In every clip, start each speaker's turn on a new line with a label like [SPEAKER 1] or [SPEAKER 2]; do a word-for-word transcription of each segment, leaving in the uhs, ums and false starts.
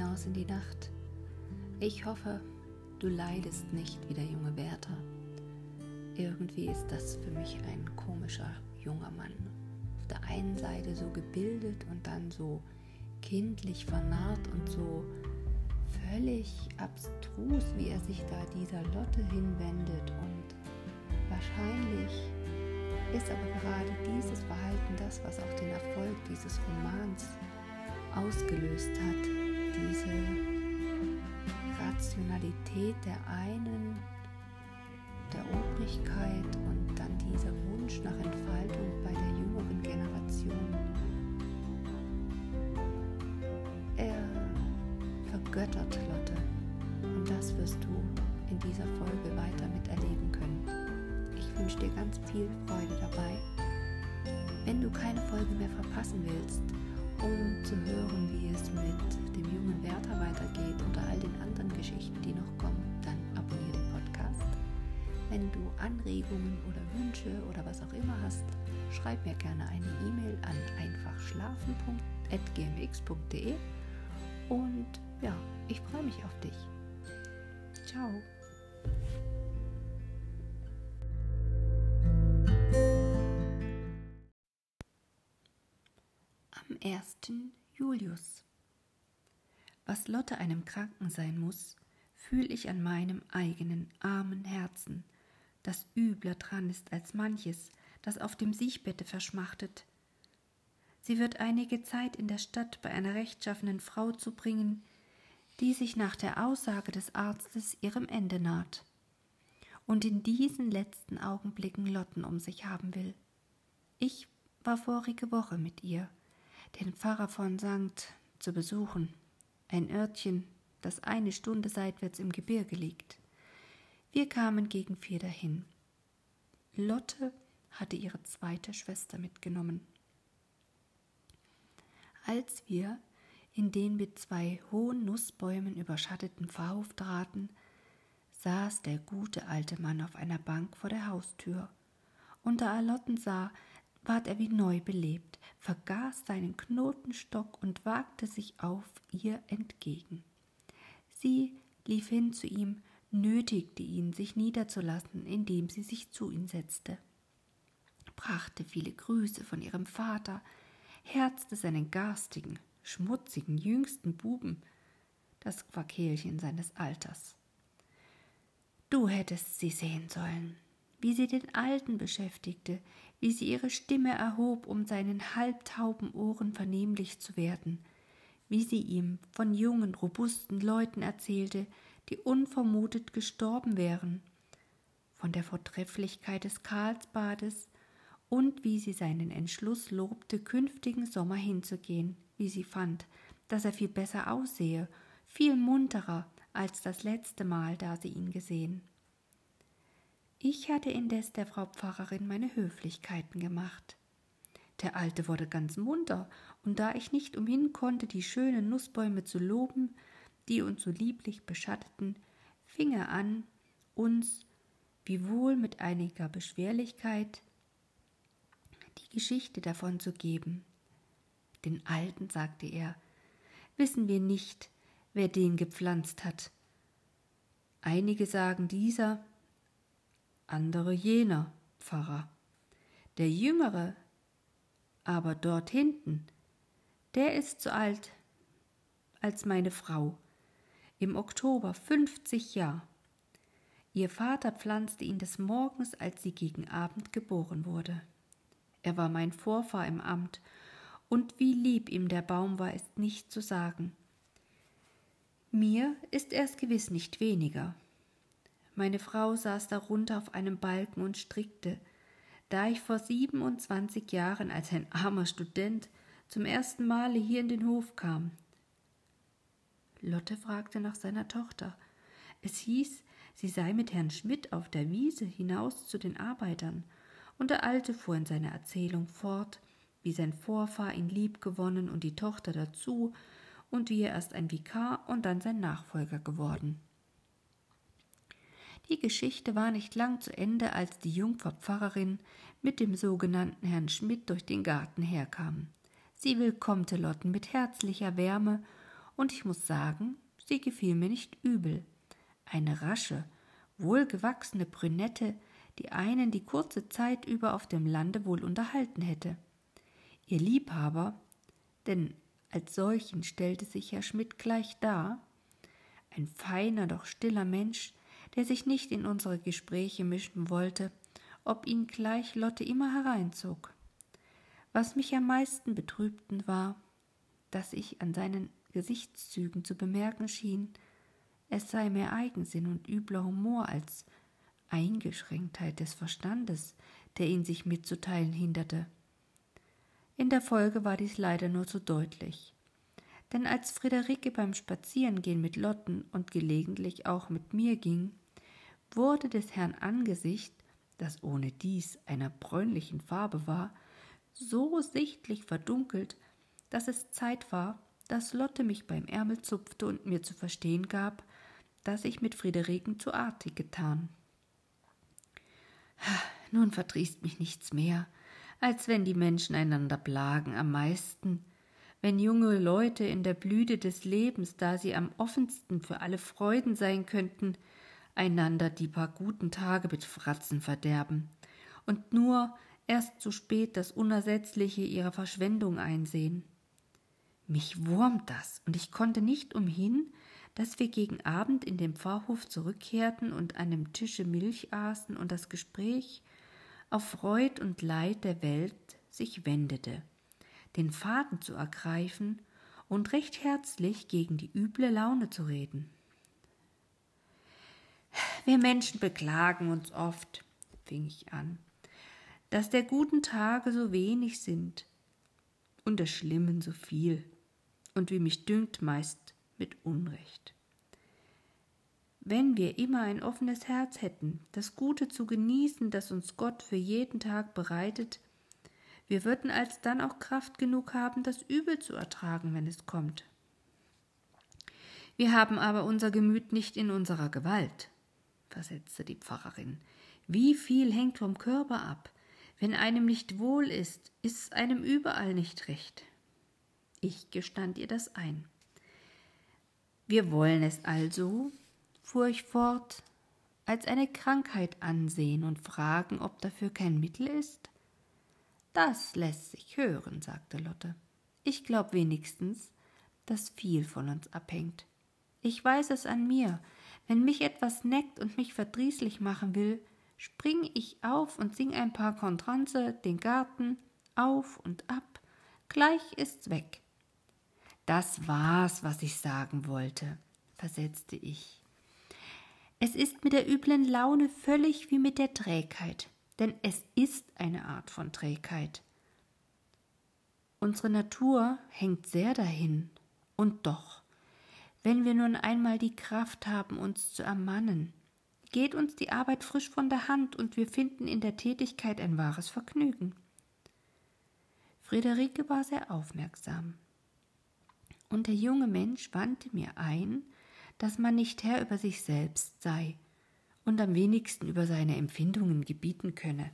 [SPEAKER 1] hinaus in die Nacht. Ich hoffe, du leidest nicht wie der junge Werther. Irgendwie ist das für mich ein komischer junger Mann. Auf der einen Seite so gebildet und dann so kindlich vernarrt und so völlig abstrus, wie er sich da dieser Lotte hinwendet. Und wahrscheinlich ist aber gerade dieses Verhalten das, was auch den Erfolg dieses Romans ausgelöst hat. Diese Rationalität der einen, der Obrigkeit und dann dieser Wunsch nach Entfaltung bei der jüngeren Generation. Er vergöttert Lotte und das wirst du in dieser Folge weiter miterleben können. Ich wünsche dir ganz viel Freude dabei. Wenn du keine Folge mehr verpassen willst, um zu hören, wie es mit dem jungen Werther weitergeht oder all den anderen Geschichten, die noch kommen, dann abonniere den Podcast. Wenn du Anregungen oder Wünsche oder was auch immer hast, schreib mir gerne eine E-Mail an einfachschlafen at g m x punkt d e und ja, ich freue mich auf dich. Ciao. Am ersten Julius. Was Lotte einem Kranken sein muss, fühl ich an meinem eigenen armen Herzen, das übler dran ist als manches, das auf dem Siechbette verschmachtet. Sie wird einige Zeit in der Stadt bei einer rechtschaffenen Frau zubringen, die sich nach der Aussage des Arztes ihrem Ende naht und in diesen letzten Augenblicken Lotten um sich haben will. Ich war vorige Woche mit ihr, den Pfarrer von Sankt zu besuchen, ein Örtchen, das eine Stunde seitwärts im Gebirge liegt. Wir kamen gegen vier dahin. Lotte hatte ihre zweite Schwester mitgenommen. Als wir in den mit zwei hohen Nussbäumen überschatteten Pfarrhof traten, saß der gute alte Mann auf einer Bank vor der Haustür, und da er Lotten sah, ward er wie neu belebt, vergaß seinen Knotenstock und wagte sich auf ihr entgegen. Sie lief hin zu ihm, nötigte ihn, sich niederzulassen, indem sie sich zu ihm setzte, brachte viele Grüße von ihrem Vater, herzte seinen garstigen, schmutzigen, jüngsten Buben, das Quakelchen seines Alters. Du hättest sie sehen sollen, wie sie den Alten beschäftigte, wie sie ihre Stimme erhob, um seinen halbtauben Ohren vernehmlich zu werden, wie sie ihm von jungen, robusten Leuten erzählte, die unvermutet gestorben wären, von der Vortrefflichkeit des Karlsbades und wie sie seinen Entschluss lobte, künftigen Sommer hinzugehen, wie sie fand, dass er viel besser aussehe, viel munterer als das letzte Mal, da sie ihn gesehen. Ich hatte indes der Frau Pfarrerin meine Höflichkeiten gemacht. Der Alte wurde ganz munter, und da ich nicht umhin konnte, die schönen Nussbäume zu loben, die uns so lieblich beschatteten, fing er an, uns, wiewohl mit einiger Beschwerlichkeit, die Geschichte davon zu geben. Den Alten, sagte er, wissen wir nicht, wer den gepflanzt hat. Einige sagen dieser, andere jener Pfarrer. Der Jüngere, aber dort hinten, der ist so alt als meine Frau, im Oktober fünfzig Jahr. Ihr Vater pflanzte ihn des Morgens, als sie gegen Abend geboren wurde. Er war mein Vorfahr im Amt, und wie lieb ihm der Baum war, ist nicht zu sagen. Mir ist er's gewiss nicht weniger. Meine Frau saß darunter auf einem Balken und strickte, da ich vor siebenundzwanzig Jahren als ein armer Student zum ersten Male hier in den Hof kam. Lotte fragte nach seiner Tochter. Es hieß, sie sei mit Herrn Schmidt auf der Wiese hinaus zu den Arbeitern, und der Alte fuhr in seiner Erzählung fort, wie sein Vorfahr ihn lieb gewonnen und die Tochter dazu, und wie er erst ein Vikar und dann sein Nachfolger geworden. Die Geschichte war nicht lang zu Ende, als die Jungfer Pfarrerin mit dem sogenannten Herrn Schmidt durch den Garten herkam. Sie willkommte Lotten mit herzlicher Wärme und ich muss sagen, sie gefiel mir nicht übel. Eine rasche, wohlgewachsene Brünette, die einen die kurze Zeit über auf dem Lande wohl unterhalten hätte. Ihr Liebhaber, denn als solchen stellte sich Herr Schmidt gleich dar, ein feiner, doch stiller Mensch, der sich nicht in unsere Gespräche mischen wollte, ob ihn gleich Lotte immer hereinzog. Was mich am meisten betrübten war, dass ich an seinen Gesichtszügen zu bemerken schien, es sei mehr Eigensinn und übler Humor als Eingeschränktheit des Verstandes, der ihn sich mitzuteilen hinderte. In der Folge war dies leider nur zu deutlich. Denn als Friederike beim Spazierengehen mit Lotten und gelegentlich auch mit mir ging, wurde des Herrn Angesicht, das ohne dies einer bräunlichen Farbe war, so sichtlich verdunkelt, dass es Zeit war, dass Lotte mich beim Ärmel zupfte und mir zu verstehen gab, dass ich mit Friederiken zu artig getan. Nun verdrießt mich nichts mehr, als wenn die Menschen einander plagen, am meisten, wenn junge Leute in der Blüte des Lebens, da sie am offensten für alle Freuden sein könnten, einander die paar guten Tage mit Fratzen verderben und nur erst zu spät das Unersetzliche ihrer Verschwendung einsehen. Mich wurmt das, und ich konnte nicht umhin, dass wir gegen Abend in den Pfarrhof zurückkehrten und an dem Tische Milch aßen und das Gespräch auf Freud und Leid der Welt sich wendete, den Faden zu ergreifen und recht herzlich gegen die üble Laune zu reden. Wir Menschen beklagen uns oft, fing ich an, dass der guten Tage so wenig sind und der Schlimmen so viel, und wie mich dünkt, meist mit Unrecht. Wenn wir immer ein offenes Herz hätten, das Gute zu genießen, das uns Gott für jeden Tag bereitet, wir würden alsdann auch Kraft genug haben, das Übel zu ertragen, wenn es kommt. Wir haben aber unser Gemüt nicht in unserer Gewalt, versetzte die Pfarrerin. Wie viel hängt vom Körper ab? Wenn einem nicht wohl ist, ist es einem überall nicht recht. Ich gestand ihr das ein. Wir wollen es also, fuhr ich fort, als eine Krankheit ansehen und fragen, ob dafür kein Mittel ist? Das lässt sich hören, sagte Lotte. Ich glaube wenigstens, dass viel von uns abhängt. Ich weiß es an mir. Wenn mich etwas neckt und mich verdrießlich machen will, spring ich auf und sing ein paar Kontranze, den Garten, auf und ab. Gleich ist's weg. Das war's, was ich sagen wollte, versetzte ich. Es ist mit der üblen Laune völlig wie mit der Trägheit, denn es ist eine Art von Trägheit. Unsere Natur hängt sehr dahin, und doch, wenn wir nun einmal die Kraft haben, uns zu ermannen, geht uns die Arbeit frisch von der Hand und wir finden in der Tätigkeit ein wahres Vergnügen. Friederike war sehr aufmerksam. Und der junge Mensch wandte mir ein, dass man nicht Herr über sich selbst sei und am wenigsten über seine Empfindungen gebieten könne.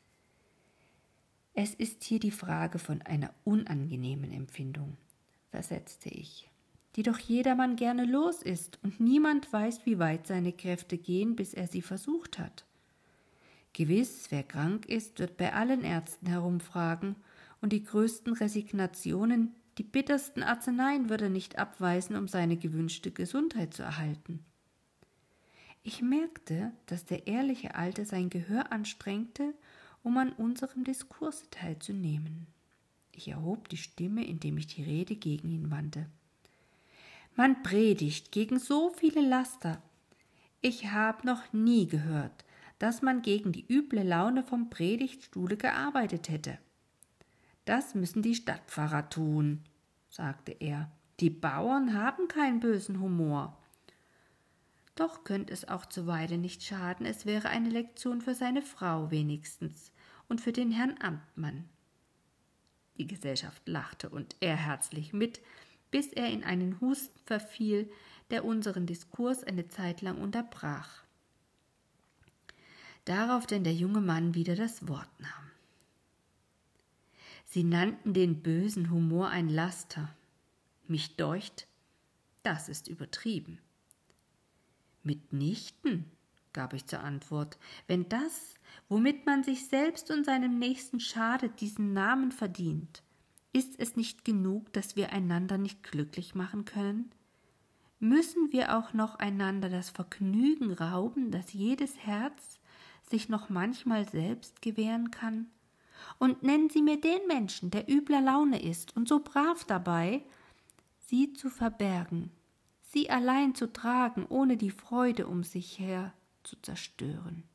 [SPEAKER 1] Es ist hier die Frage von einer unangenehmen Empfindung, versetzte ich, die doch jedermann gerne los ist und niemand weiß, wie weit seine Kräfte gehen, bis er sie versucht hat. Gewiss, wer krank ist, wird bei allen Ärzten herumfragen und die größten Resignationen, die bittersten Arzneien würde er nicht abweisen, um seine gewünschte Gesundheit zu erhalten. Ich merkte, dass der ehrliche Alte sein Gehör anstrengte, um an unserem Diskurse teilzunehmen. Ich erhob die Stimme, indem ich die Rede gegen ihn wandte. Man predigt gegen so viele Laster. Ich habe noch nie gehört, dass man gegen die üble Laune vom Predigtstuhle gearbeitet hätte. Das müssen die Stadtpfarrer tun, sagte er. Die Bauern haben keinen bösen Humor. Doch könnte es auch zuweilen nicht schaden, es wäre eine Lektion für seine Frau wenigstens und für den Herrn Amtmann. Die Gesellschaft lachte und er herzlich mit, bis er in einen Husten verfiel, der unseren Diskurs eine Zeit lang unterbrach. Darauf denn der junge Mann wieder das Wort nahm. Sie nannten den bösen Humor ein Laster. Mich deucht, Das ist übertrieben. Mitnichten, gab ich zur Antwort, wenn das, womit man sich selbst und seinem Nächsten schadet, diesen Namen verdient, ist es nicht genug, dass wir einander nicht glücklich machen können? Müssen wir auch noch einander das Vergnügen rauben, das jedes Herz sich noch manchmal selbst gewähren kann? Und nennen Sie mir den Menschen, der übler Laune ist und so brav dabei, sie zu verbergen, sie allein zu tragen, ohne die Freude um sich her zu zerstören.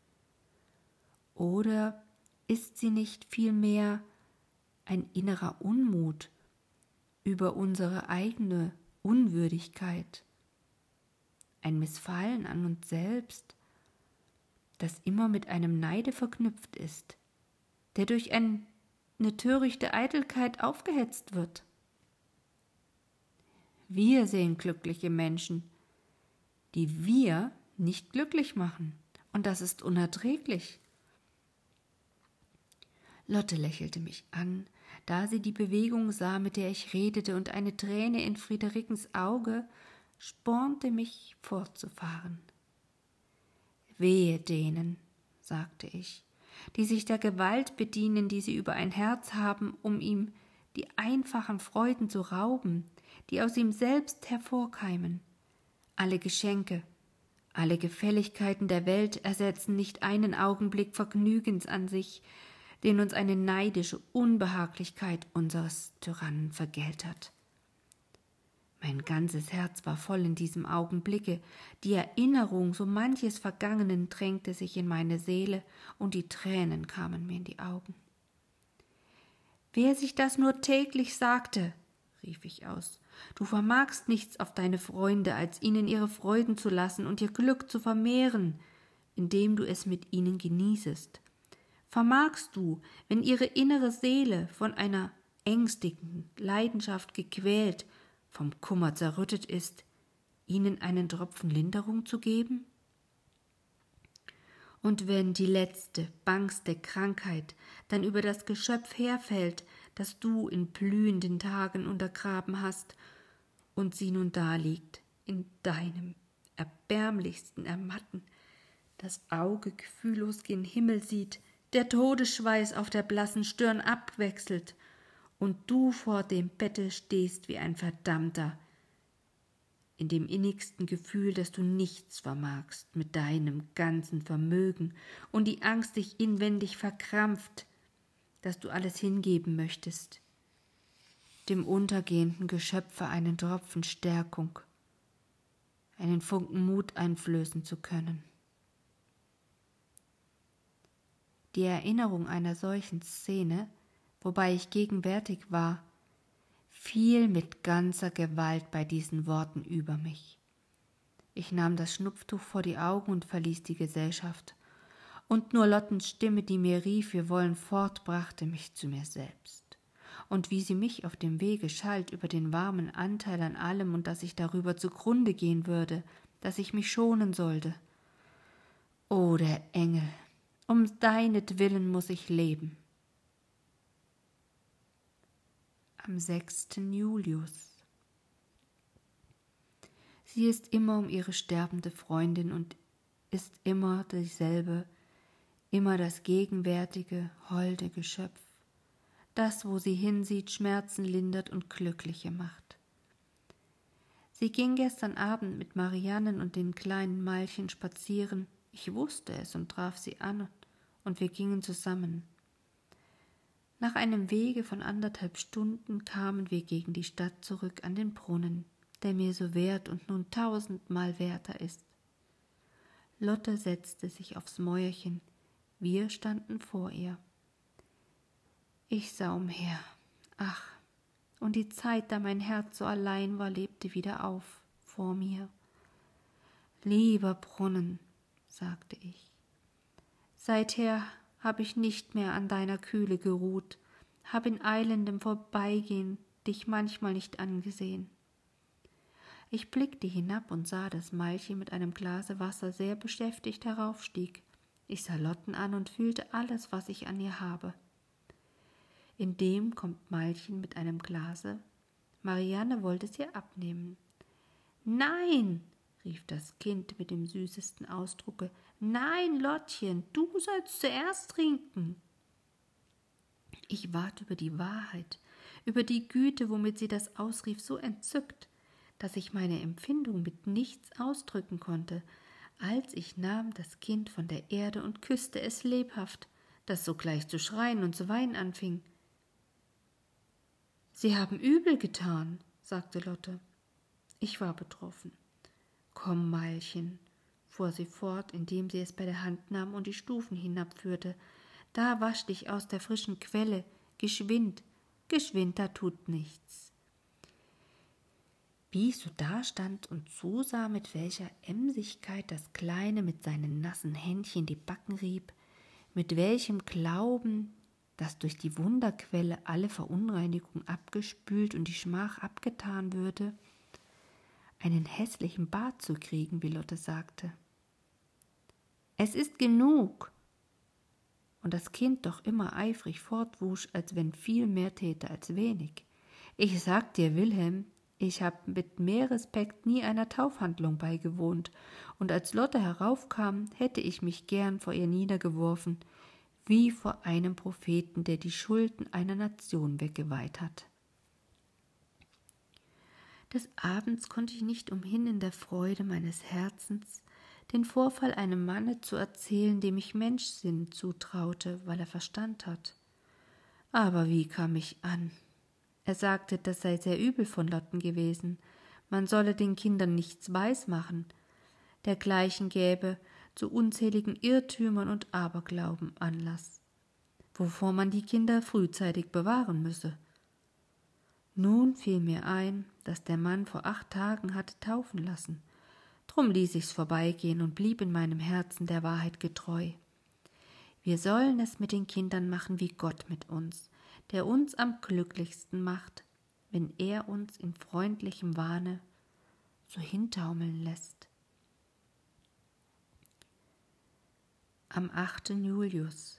[SPEAKER 1] Oder ist sie nicht vielmehr ein innerer Unmut über unsere eigene Unwürdigkeit, ein Missfallen an uns selbst, das immer mit einem Neide verknüpft ist, der durch eine törichte Eitelkeit aufgehetzt wird? Wir sehen glückliche Menschen, die wir nicht glücklich machen, und das ist unerträglich. Lotte lächelte mich an, da sie die Bewegung sah, mit der ich redete, und eine Träne in Friederikens Auge spornte mich fortzufahren. Wehe denen, sagte ich, die sich der Gewalt bedienen, die sie über ein Herz haben, um ihm die einfachen Freuden zu rauben, die aus ihm selbst hervorkeimen. Alle Geschenke, alle Gefälligkeiten der Welt ersetzen nicht einen Augenblick Vergnügens an sich, den uns eine neidische Unbehaglichkeit unseres Tyrannen vergeltert. Mein ganzes Herz war voll in diesem Augenblicke, die Erinnerung so manches Vergangenen drängte sich in meine Seele, und die Tränen kamen mir in die Augen. »Wer sich das nur täglich sagte«, rief ich aus, »du vermagst nichts auf deine Freunde, als ihnen ihre Freuden zu lassen und ihr Glück zu vermehren, indem du es mit ihnen genießest. Vermagst du, wenn ihre innere Seele von einer ängstigen Leidenschaft gequält, vom Kummer zerrüttet ist, ihnen einen Tropfen Linderung zu geben? Und wenn die letzte, bangste Krankheit dann über das Geschöpf herfällt, das du in blühenden Tagen untergraben hast, und sie nun daliegt, in deinem erbärmlichsten Ermatten, das Auge gefühllos gen Himmel sieht, der Todesschweiß auf der blassen Stirn abwechselt, und du vor dem Bette stehst wie ein Verdammter, in dem innigsten Gefühl, dass du nichts vermagst mit deinem ganzen Vermögen, und die Angst dich inwendig verkrampft, dass du alles hingeben möchtest, dem untergehenden Geschöpfe einen Tropfen Stärkung, einen Funken Mut einflößen zu können. Die Erinnerung einer solchen Szene, wobei ich gegenwärtig war, fiel mit ganzer Gewalt bei diesen Worten über mich. Ich nahm das Schnupftuch vor die Augen und verließ die Gesellschaft, und nur Lottens Stimme, die mir rief, wir wollen fort, brachte mich zu mir selbst. Und wie sie mich auf dem Wege schalt über den warmen Anteil an allem und dass ich darüber zugrunde gehen würde, dass ich mich schonen sollte. O, der Engel, um deinetwillen muß ich leben. Am sechsten Julius. Sie ist immer um ihre sterbende Freundin und ist immer dieselbe, immer das gegenwärtige, holde Geschöpf, das, wo sie hinsieht, Schmerzen lindert und glückliche macht. Sie ging gestern Abend mit Marianen und den kleinen Malchen spazieren, ich wusste es und traf sie an, und wir gingen zusammen. Nach einem Wege von anderthalb Stunden kamen wir gegen die Stadt zurück an den Brunnen, der mir so wert und nun tausendmal werter ist. Lotte setzte sich aufs Mäuerchen, wir standen vor ihr. Ich sah umher, ach, und die Zeit, da mein Herz so allein war, lebte wieder auf vor mir. Lieber Brunnen, sagte ich, seither habe ich nicht mehr an deiner Kühle geruht, hab in eilendem Vorbeigehen dich manchmal nicht angesehen. Ich blickte hinab und sah, dass Malchen mit einem Glase Wasser sehr beschäftigt heraufstieg. Ich sah Lotten an und fühlte alles, was ich an ihr habe. Indem kommt Malchen mit einem Glase. Marianne wollte es ihr abnehmen. »Nein«, rief das Kind mit dem süßesten Ausdrucke, »nein, Lottchen, du sollst zuerst trinken.« Ich ward über die Wahrheit, über die Güte, womit sie das ausrief, so entzückt, dass ich meine Empfindung mit nichts ausdrücken konnte, als ich nahm das Kind von der Erde und küsste es lebhaft, das sogleich zu schreien und zu weinen anfing. »Sie haben übel getan«, sagte Lotte. Ich war betroffen. »Komm, Mailchen«, fuhr sie fort, indem sie es bei der Hand nahm und die Stufen hinabführte, »da wasch dich aus der frischen Quelle, geschwind, geschwind, da tut nichts.« Wie ich so dastand und zusah, mit welcher Emsigkeit das Kleine mit seinen nassen Händchen die Backen rieb, mit welchem Glauben, dass durch die Wunderquelle alle Verunreinigung abgespült und die Schmach abgetan würde, einen hässlichen Bart zu kriegen, wie Lotte sagte. »Es ist genug!« Und das Kind doch immer eifrig fortwusch, als wenn viel mehr täte als wenig. »Ich sag dir, Wilhelm, ich habe mit mehr Respekt nie einer Taufhandlung beigewohnt, und als Lotte heraufkam, hätte ich mich gern vor ihr niedergeworfen, wie vor einem Propheten, der die Schulden einer Nation weggeweiht hat.« Des Abends konnte ich nicht umhin, in der Freude meines Herzens den Vorfall einem Manne zu erzählen, dem ich Menschsinn zutraute, weil er Verstand hat. Aber wie kam ich an? Er sagte, das sei sehr übel von Lotten gewesen, man solle den Kindern nichts weismachen, dergleichen gäbe zu unzähligen Irrtümern und Aberglauben Anlass, wovor man die Kinder frühzeitig bewahren müsse. Nun fiel mir ein, dass der Mann vor acht Tagen hatte taufen lassen. Drum ließ ich's vorbeigehen und blieb in meinem Herzen der Wahrheit getreu. Wir sollen es mit den Kindern machen wie Gott mit uns, der uns am glücklichsten macht, wenn er uns in freundlichem Wahne so hintaumeln lässt. Am achten Julius.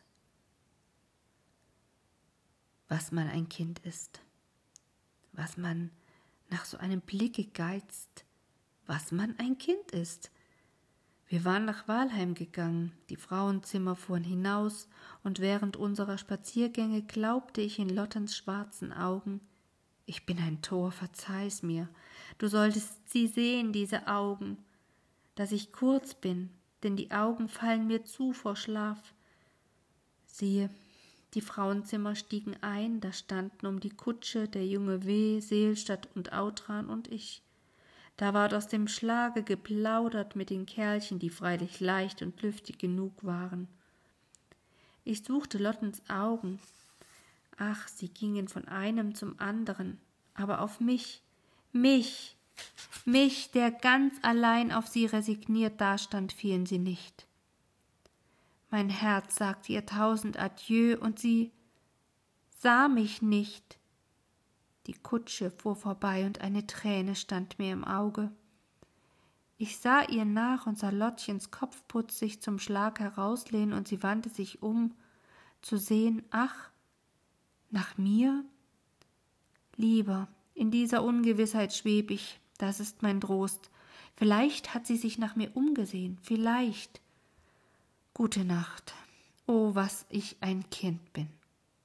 [SPEAKER 1] Was man ein Kind ist, was man nach so einem Blicke geizt, was man ein Kind ist. Wir waren nach Wahlheim gegangen, die Frauenzimmer fuhren hinaus, und während unserer Spaziergänge glaubte ich in Lottens schwarzen Augen, ich bin ein Tor, verzeih's mir, du solltest sie sehen, diese Augen, dass ich kurz bin, denn die Augen fallen mir zu vor Schlaf. Siehe, die Frauenzimmer stiegen ein, da standen um die Kutsche der junge W., Seelstadt und Autran und ich. Da ward aus dem Schlage geplaudert mit den Kerlchen, die freilich leicht und lüftig genug waren. Ich suchte Lottens Augen. Ach, sie gingen von einem zum anderen, aber auf mich, mich, mich, der ganz allein auf sie resigniert dastand, fielen sie nicht. Mein Herz sagte ihr tausend Adieu, und sie sah mich nicht. Die Kutsche fuhr vorbei, und eine Träne stand mir im Auge. Ich sah ihr nach und sah Lottchens Kopfputz sich zum Schlag herauslehnen, und sie wandte sich um, zu sehen, ach, nach mir? Lieber, in dieser Ungewissheit schweb ich, das ist mein Trost. Vielleicht hat sie sich nach mir umgesehen, vielleicht. Gute Nacht. Oh, was ich ein Kind bin.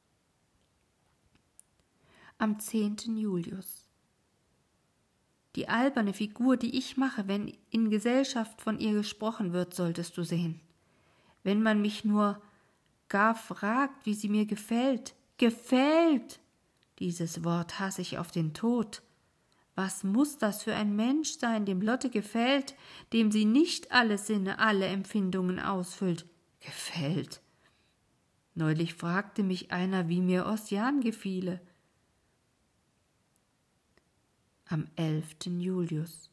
[SPEAKER 1] Am zehnten Julius. Die alberne Figur, die ich mache, wenn in Gesellschaft von ihr gesprochen wird, solltest du sehen. Wenn man mich nur gar fragt, wie sie mir gefällt. Gefällt! Dieses Wort hasse ich auf den Tod. Was muß das für ein Mensch sein, dem Lotte gefällt, dem sie nicht alle Sinne, alle Empfindungen ausfüllt? Gefällt! Neulich fragte mich einer, wie mir Ossian gefiele. Am elften Julius.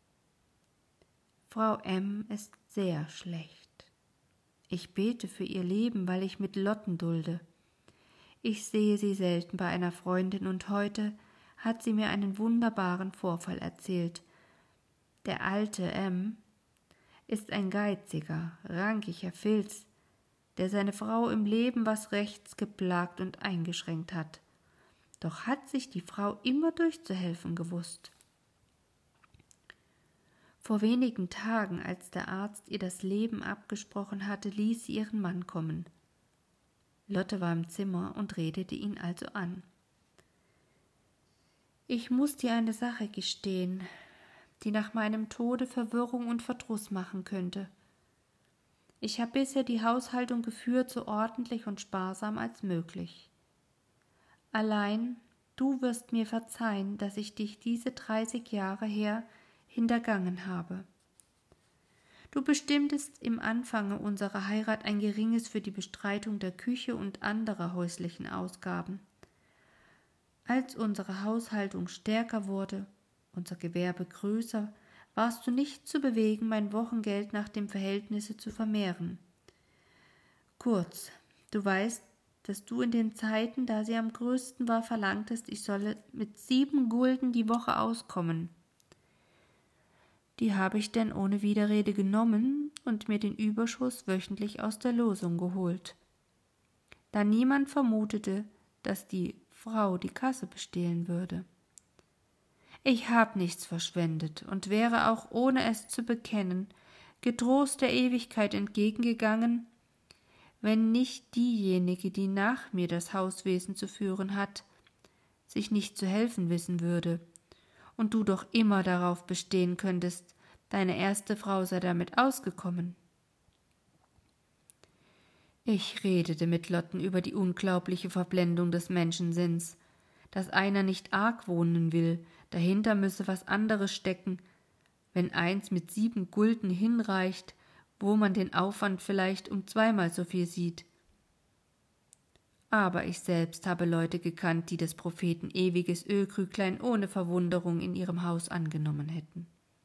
[SPEAKER 1] Frau M. ist sehr schlecht. Ich bete für ihr Leben, weil ich mit Lotten dulde. Ich sehe sie selten bei einer Freundin, und heute hat sie mir einen wunderbaren Vorfall erzählt. Der alte M. ist ein geiziger, rankiger Filz, der seine Frau im Leben was rechts geplagt und eingeschränkt hat. Doch hat sich die Frau immer durchzuhelfen gewusst. Vor wenigen Tagen, als der Arzt ihr das Leben abgesprochen hatte, ließ sie ihren Mann kommen. Lotte war im Zimmer und redete ihn also an. »Ich muß dir eine Sache gestehen, die nach meinem Tode Verwirrung und Verdruss machen könnte. Ich habe bisher die Haushaltung geführt, so ordentlich und sparsam als möglich. Allein du wirst mir verzeihen, dass ich dich diese dreißig Jahre her hintergangen habe. Du bestimmtest im Anfange unserer Heirat ein geringes für die Bestreitung der Küche und anderer häuslichen Ausgaben. Als unsere Haushaltung stärker wurde, unser Gewerbe größer, warst du nicht zu bewegen, mein Wochengeld nach dem Verhältnisse zu vermehren. Kurz, du weißt, dass du in den Zeiten, da sie am größten war, verlangtest, ich solle mit sieben Gulden die Woche auskommen. Die habe ich denn ohne Widerrede genommen und mir den Überschuss wöchentlich aus der Losung geholt. Da niemand vermutete, dass die Frau die Kasse bestehlen würde. Ich habe nichts verschwendet und wäre auch, ohne es zu bekennen, getrost der Ewigkeit entgegengegangen, wenn nicht diejenige, die nach mir das Hauswesen zu führen hat, sich nicht zu helfen wissen würde, und du doch immer darauf bestehen könntest, deine erste Frau sei damit ausgekommen. Ich redete mit Lotten über die unglaubliche Verblendung des Menschensinns, dass einer nicht argwohnen will, dahinter müsse was anderes stecken, wenn eins mit sieben Gulden hinreicht, wo man den Aufwand vielleicht um zweimal so viel sieht. Aber ich selbst habe Leute gekannt, die des Propheten ewiges Ölkrüglein ohne Verwunderung in ihrem Haus angenommen hätten.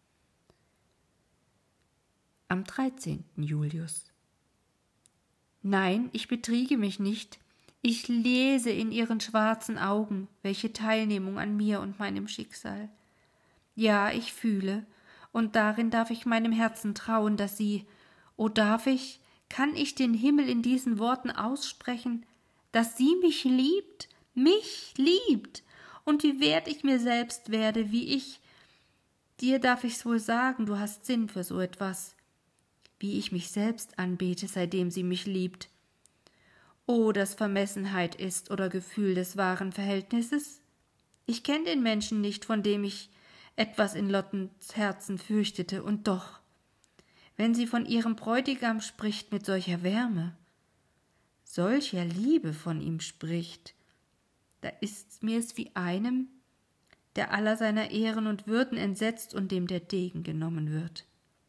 [SPEAKER 1] Am dreizehnten Julius. Nein, ich betriege mich nicht. Ich lese in ihren schwarzen Augen, welche Teilnehmung an mir und meinem Schicksal. Ja, ich fühle, und darin darf ich meinem Herzen trauen, dass sie, o darf ich, kann ich den Himmel in diesen Worten aussprechen, dass sie mich liebt, mich liebt, und wie wert ich mir selbst werde, wie ich, dir darf ich's wohl sagen, du hast Sinn für so etwas, wie ich mich selbst anbete, seitdem sie mich liebt. O, dass Vermessenheit ist oder Gefühl des wahren Verhältnisses? Ich kenn den Menschen nicht, von dem ich etwas in Lottens Herzen fürchtete, und doch, wenn sie von ihrem Bräutigam spricht mit solcher Wärme, solcher Liebe von ihm spricht, da ist mir's wie einem, der aller seiner Ehren und Würden entsetzt und dem der Degen genommen wird.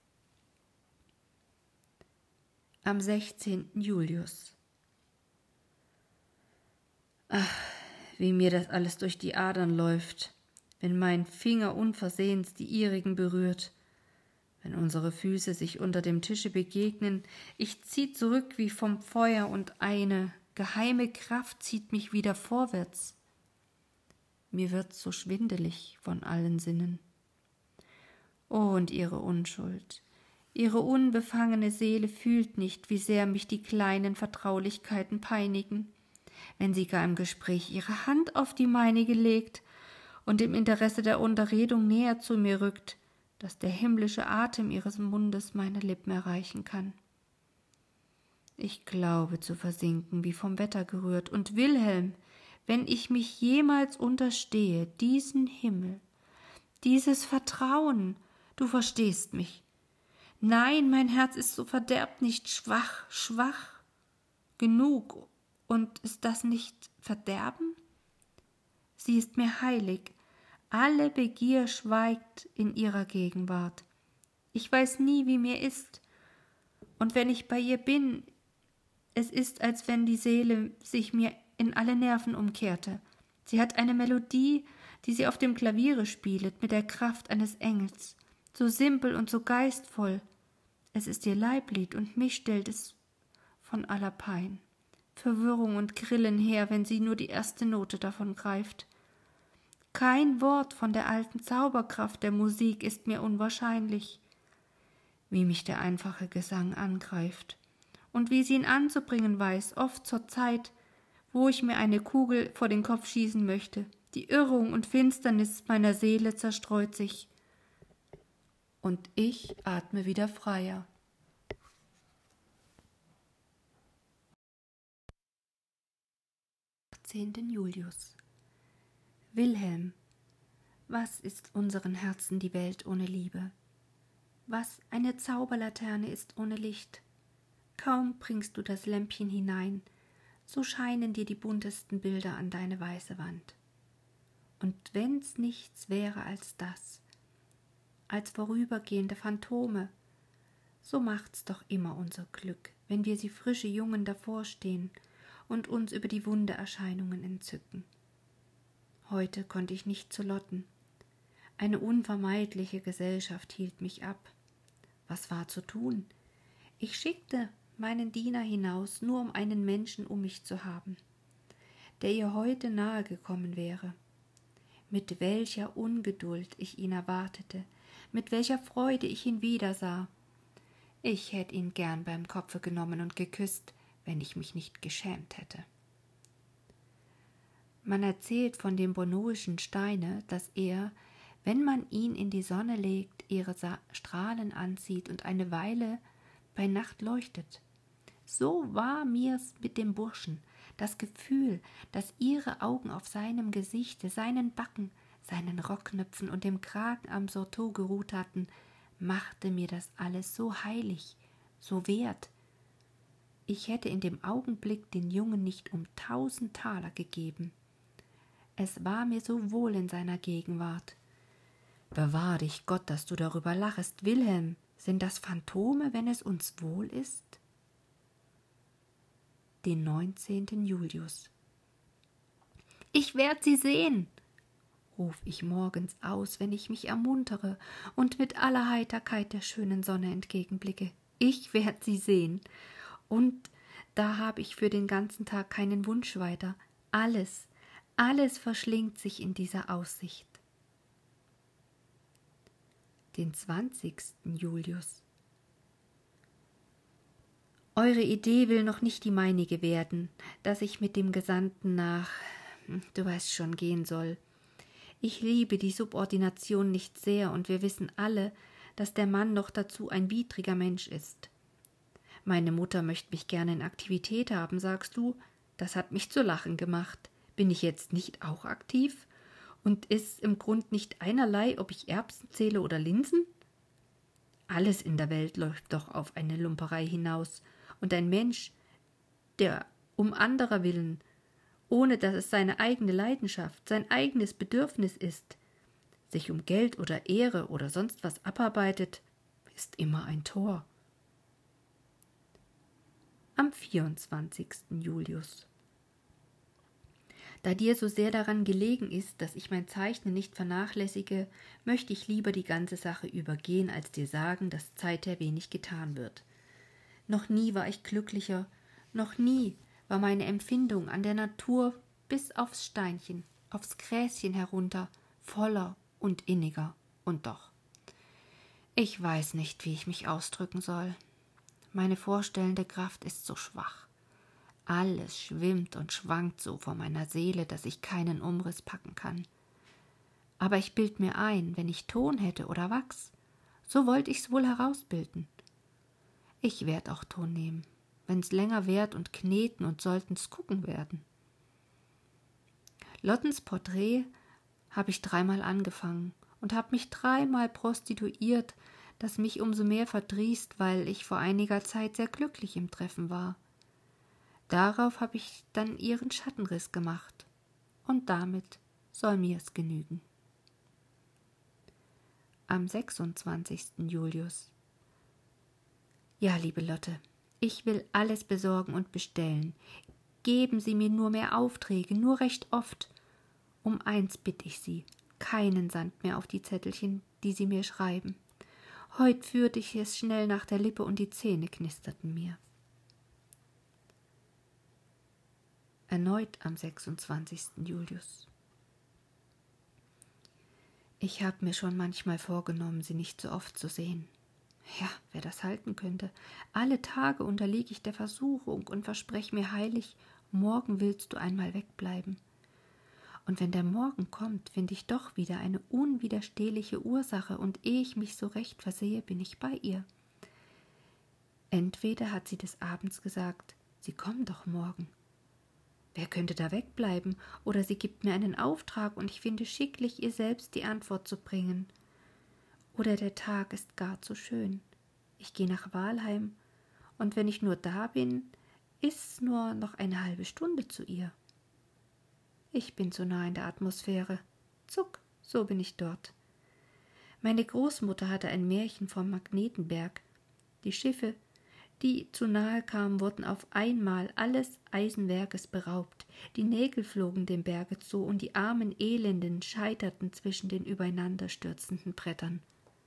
[SPEAKER 1] Am sechzehnten Julius. Ach, wie mir das alles durch die Adern läuft, wenn mein Finger unversehens die ihrigen berührt, wenn unsere Füße sich unter dem Tische begegnen, ich zieh zurück wie vom Feuer, und eine geheime Kraft zieht mich wieder vorwärts. Mir wird's so schwindelig von allen Sinnen. Oh, und ihre Unschuld, ihre unbefangene Seele fühlt nicht, wie sehr mich die kleinen Vertraulichkeiten peinigen, wenn sie gar im Gespräch ihre Hand auf die meinige legt und im Interesse der Unterredung näher zu mir rückt, dass der himmlische Atem ihres Mundes meine Lippen erreichen kann. Ich glaube zu versinken, wie vom Wetter gerührt, und Wilhelm, wenn ich mich jemals unterstehe, diesen Himmel, dieses Vertrauen, du verstehst mich. Nein, mein Herz ist so verderbt nicht schwach, schwach genug. Und ist das nicht Verderben? Sie ist mir heilig. Alle Begier schweigt in ihrer Gegenwart. Ich weiß nie, wie mir ist. Und wenn ich bei ihr bin, es ist, als wenn die Seele sich mir in alle Nerven umkehrte. Sie hat eine Melodie, die sie auf dem Klaviere spielet, mit der Kraft eines Engels, so simpel und so geistvoll. Es ist ihr Leiblied, und mich stellt es von aller Pein, Verwirrung und Grillen her, wenn sie nur die erste Note davon greift. Kein Wort von der alten Zauberkraft der Musik ist mir unwahrscheinlich. Wie mich der einfache Gesang angreift und wie sie ihn anzubringen weiß, oft zur Zeit, wo ich mir eine Kugel vor den Kopf schießen möchte. Die Irrung und Finsternis meiner Seele zerstreut sich. und ich atme wieder freier. achtzehnten Julius. Wilhelm, was ist unseren Herzen die Welt ohne Liebe? Was eine Zauberlaterne ist ohne Licht? Kaum bringst du das Lämpchen hinein, so scheinen dir die buntesten Bilder an deine weiße Wand. Und wenn's nichts wäre als das, als vorübergehende Phantome, so macht's doch immer unser Glück, wenn wir sie frische Jungen davorstehen und uns über die Wundererscheinungen entzücken. Heute konnte ich nicht zu Lotten. Eine unvermeidliche Gesellschaft hielt mich ab. Was war zu tun? Ich schickte meinen Diener hinaus, nur um einen Menschen um mich zu haben, der ihr heute nahe gekommen wäre. Mit welcher Ungeduld ich ihn erwartete, mit welcher Freude ich ihn wiedersah. Ich hätte ihn gern beim Kopfe genommen und geküsst, wenn ich mich nicht geschämt hätte. Man erzählt von dem bonoischen Steine, dass er, wenn man ihn in die Sonne legt, ihre Sa- Strahlen anzieht und eine Weile bei Nacht leuchtet. So war mir's mit dem Burschen. Das Gefühl, dass ihre Augen auf seinem Gesichte, seinen Backen, seinen Rockknöpfen und dem Kragen am Surtout geruht hatten, machte mir das alles so heilig, so wert. Ich hätte in dem Augenblick den Jungen nicht um tausend Taler gegeben. Es war mir so wohl in seiner Gegenwart. Bewahr dich Gott, dass du darüber lachest, Wilhelm. Sind das Phantome, wenn es uns wohl ist? Den neunzehnten Julius. Ich werd sie sehen, ruf ich morgens aus, wenn ich mich ermuntere und mit aller Heiterkeit der schönen Sonne entgegenblicke. Ich werd sie sehen. Und da habe ich für den ganzen Tag keinen Wunsch weiter. Alles, alles verschlingt sich in dieser Aussicht. Den zwanzigsten Julius. Eure Idee will noch nicht die meinige werden, dass ich mit dem Gesandten nach, du weißt schon, gehen soll. Ich liebe die Subordination nicht sehr, und wir wissen alle, dass der Mann noch dazu ein widriger Mensch ist. Meine Mutter möchte mich gerne in Aktivität haben, sagst du? Das hat mich zu lachen gemacht. Bin ich jetzt nicht auch aktiv? Und ist im Grund nicht einerlei, ob ich Erbsen zähle oder Linsen? Alles in der Welt läuft doch auf eine Lumperei hinaus. Und ein Mensch, der um anderer willen, ohne dass es seine eigene Leidenschaft, sein eigenes Bedürfnis ist, sich um Geld oder Ehre oder sonst was abarbeitet, ist immer ein Tor. Am vierundzwanzigsten Julius. Da dir so sehr daran gelegen ist, dass ich mein Zeichnen nicht vernachlässige, möchte ich lieber die ganze Sache übergehen, als dir sagen, dass seither wenig getan wird. Noch nie war ich glücklicher, noch nie war meine Empfindung an der Natur bis aufs Steinchen, aufs Gräschen herunter, voller und inniger. Und doch, ich weiß nicht, wie ich mich ausdrücken soll. Meine vorstellende Kraft ist so schwach. Alles schwimmt und schwankt so vor meiner Seele, dass ich keinen Umriss packen kann. Aber ich bild mir ein, wenn ich Ton hätte oder Wachs, so wollt ich's wohl herausbilden. Ich werd auch Ton nehmen, wenn's länger währt und kneten und sollten's gucken werden. Lottens Porträt habe ich dreimal angefangen und hab mich dreimal prostituiert, das mich umso mehr verdrießt, weil ich vor einiger Zeit sehr glücklich im Treffen war. Darauf habe ich dann ihren Schattenriss gemacht, und damit soll mir's genügen. Am sechsundzwanzigsten Julius. Ja, liebe Lotte, ich will alles besorgen und bestellen. Geben Sie mir nur mehr Aufträge, nur recht oft. Um eins bitt ich Sie, keinen Sand mehr auf die Zettelchen, die Sie mir schreiben. Heut führte ich es schnell nach der Lippe und die Zähne knisterten mir. Erneut am sechsundzwanzigsten Julius. Ich habe mir schon manchmal vorgenommen, Sie nicht so oft zu sehen. Ja, wer das halten könnte. Alle Tage unterliege ich der Versuchung und verspreche mir heilig, morgen willst du einmal wegbleiben. Und wenn der Morgen kommt, finde ich doch wieder eine unwiderstehliche Ursache, und ehe ich mich so recht versehe, bin ich bei ihr. Entweder hat sie des Abends gesagt, sie kommen doch morgen. Wer könnte da wegbleiben? Oder sie gibt mir einen Auftrag, und ich finde schicklich, ihr selbst die Antwort zu bringen. Oder der Tag ist gar zu schön. Ich gehe nach Wahlheim, und wenn ich nur da bin, ist's nur noch eine halbe Stunde zu ihr. Ich bin so nah in der Atmosphäre. Zuck, so bin ich dort. Meine Großmutter hatte ein Märchen vom Magnetenberg. Die Schiffe, die zu nahe kamen, wurden auf einmal alles Eisenwerkes beraubt. Die Nägel flogen dem Berge zu, und die armen Elenden scheiterten zwischen den übereinander stürzenden Brettern.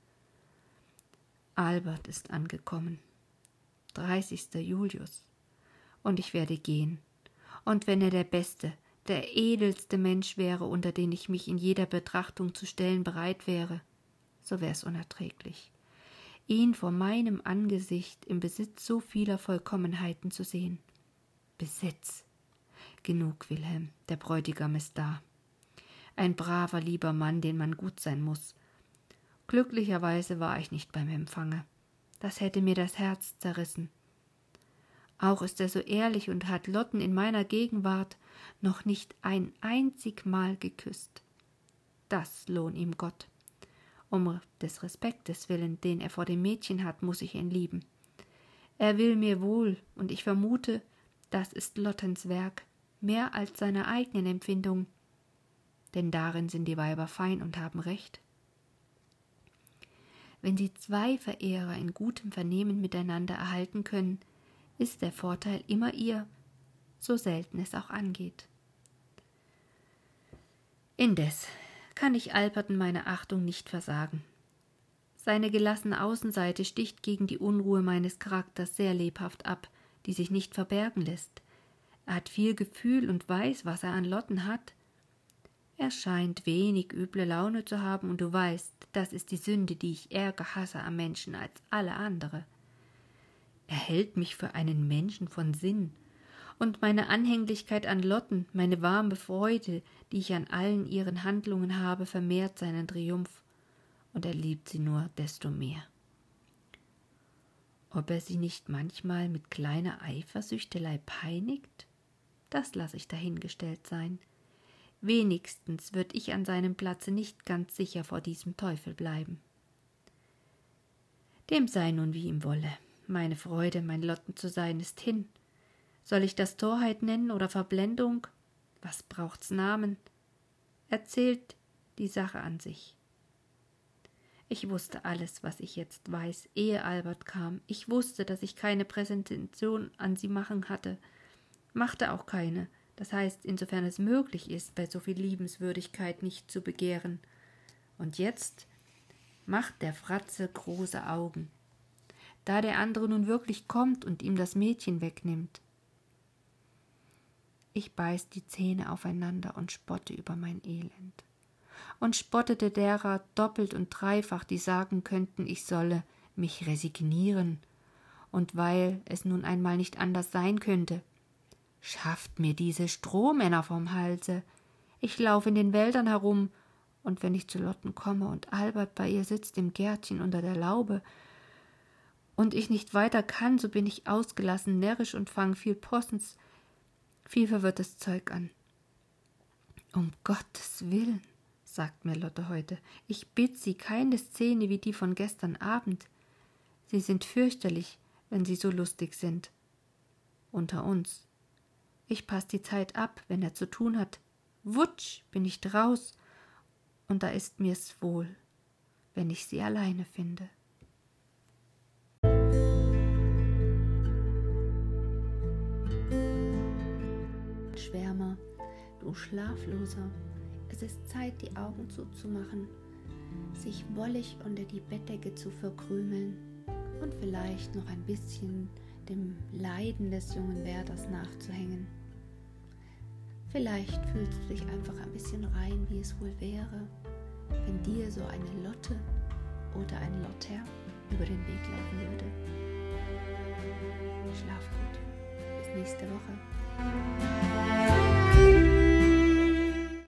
[SPEAKER 1] Albert ist angekommen. dreißigster Julius. Und ich werde gehen. Und wenn er der beste, der edelste Mensch wäre, unter den ich mich in jeder Betrachtung zu stellen bereit wäre, so wär's unerträglich, ihn vor meinem Angesicht im Besitz so vieler Vollkommenheiten zu sehen. Besitz. Genug, Wilhelm, der Bräutigam ist da. Ein braver, lieber Mann, den man gut sein muss. Glücklicherweise war ich nicht beim Empfange. Das hätte mir das Herz zerrissen. Auch ist er so ehrlich und hat Lotten in meiner Gegenwart noch nicht ein einzig Mal geküsst. Das lohn ihm Gott. Um des Respektes willen, den er vor dem Mädchen hat, muß ich ihn lieben. Er will mir wohl, und ich vermute, das ist Lottens Werk, mehr als seiner eigenen Empfindung, denn darin sind die Weiber fein und haben Recht. Wenn sie zwei Verehrer in gutem Vernehmen miteinander erhalten können, ist der Vorteil immer ihr, so selten es auch angeht. Indes kann ich Alperten meine Achtung nicht versagen. Seine gelassene Außenseite sticht gegen die Unruhe meines Charakters sehr lebhaft ab, die sich nicht verbergen lässt. Er hat viel Gefühl und weiß, was er an Lotten hat. Er scheint wenig üble Laune zu haben, und du weißt, das ist die Sünde, die ich ärger hasse am Menschen als alle andere. Er hält mich für einen Menschen von Sinn, und meine Anhänglichkeit an Lotten, meine warme Freude, die ich an allen ihren Handlungen habe, vermehrt seinen Triumph, und er liebt sie nur desto mehr. Ob er sie nicht manchmal mit kleiner Eifersüchtelei peinigt, das lasse ich dahingestellt sein. Wenigstens wird ich an seinem Platze nicht ganz sicher vor diesem Teufel bleiben. Dem sei nun, wie ihm wolle. Meine Freude, mein Lotten zu sein, ist hin. Soll ich das Torheit nennen oder Verblendung? Was braucht's Namen? Erzählt die Sache an sich. Ich wusste alles, was ich jetzt weiß, ehe Albert kam. Ich wusste, dass ich keine Präsentation an sie machen hatte, machte auch keine, das heißt, insofern es möglich ist, bei so viel Liebenswürdigkeit nicht zu begehren. Und jetzt macht der Fratze große Augen, da der andere nun wirklich kommt und ihm das Mädchen wegnimmt. Ich beiß die Zähne aufeinander und spotte über mein Elend. Und spottete derer doppelt und dreifach, die sagen könnten, ich solle mich resignieren. Und weil es nun einmal nicht anders sein könnte, schafft mir diese Strohmänner vom Halse. Ich laufe in den Wäldern herum, und wenn ich zu Lotten komme und Albert bei ihr sitzt im Gärtchen unter der Laube, und ich nicht weiter kann, so bin ich ausgelassen, närrisch und fang viel Possens, viel verwirrtes Zeug an. Um Gottes Willen, sagt mir Lotte heute, ich bitt Sie, keine Szene wie die von gestern Abend. Sie sind fürchterlich, wenn Sie so lustig sind. Unter uns. Ich pass die Zeit ab, wenn er zu tun hat. Wutsch, bin ich draus, und da ist mir's wohl, wenn ich sie alleine finde. Schwärmer, du Schlafloser, es ist Zeit, die Augen zuzumachen, sich wollig unter die Bettdecke zu verkrümeln und vielleicht noch ein bisschen dem Leiden des jungen Werders nachzuhängen. Vielleicht fühlst du dich einfach ein bisschen rein, wie es wohl wäre, wenn dir so eine Lotte oder ein Lotter über den Weg laufen würde. Schlaf gut. Bis nächste Woche.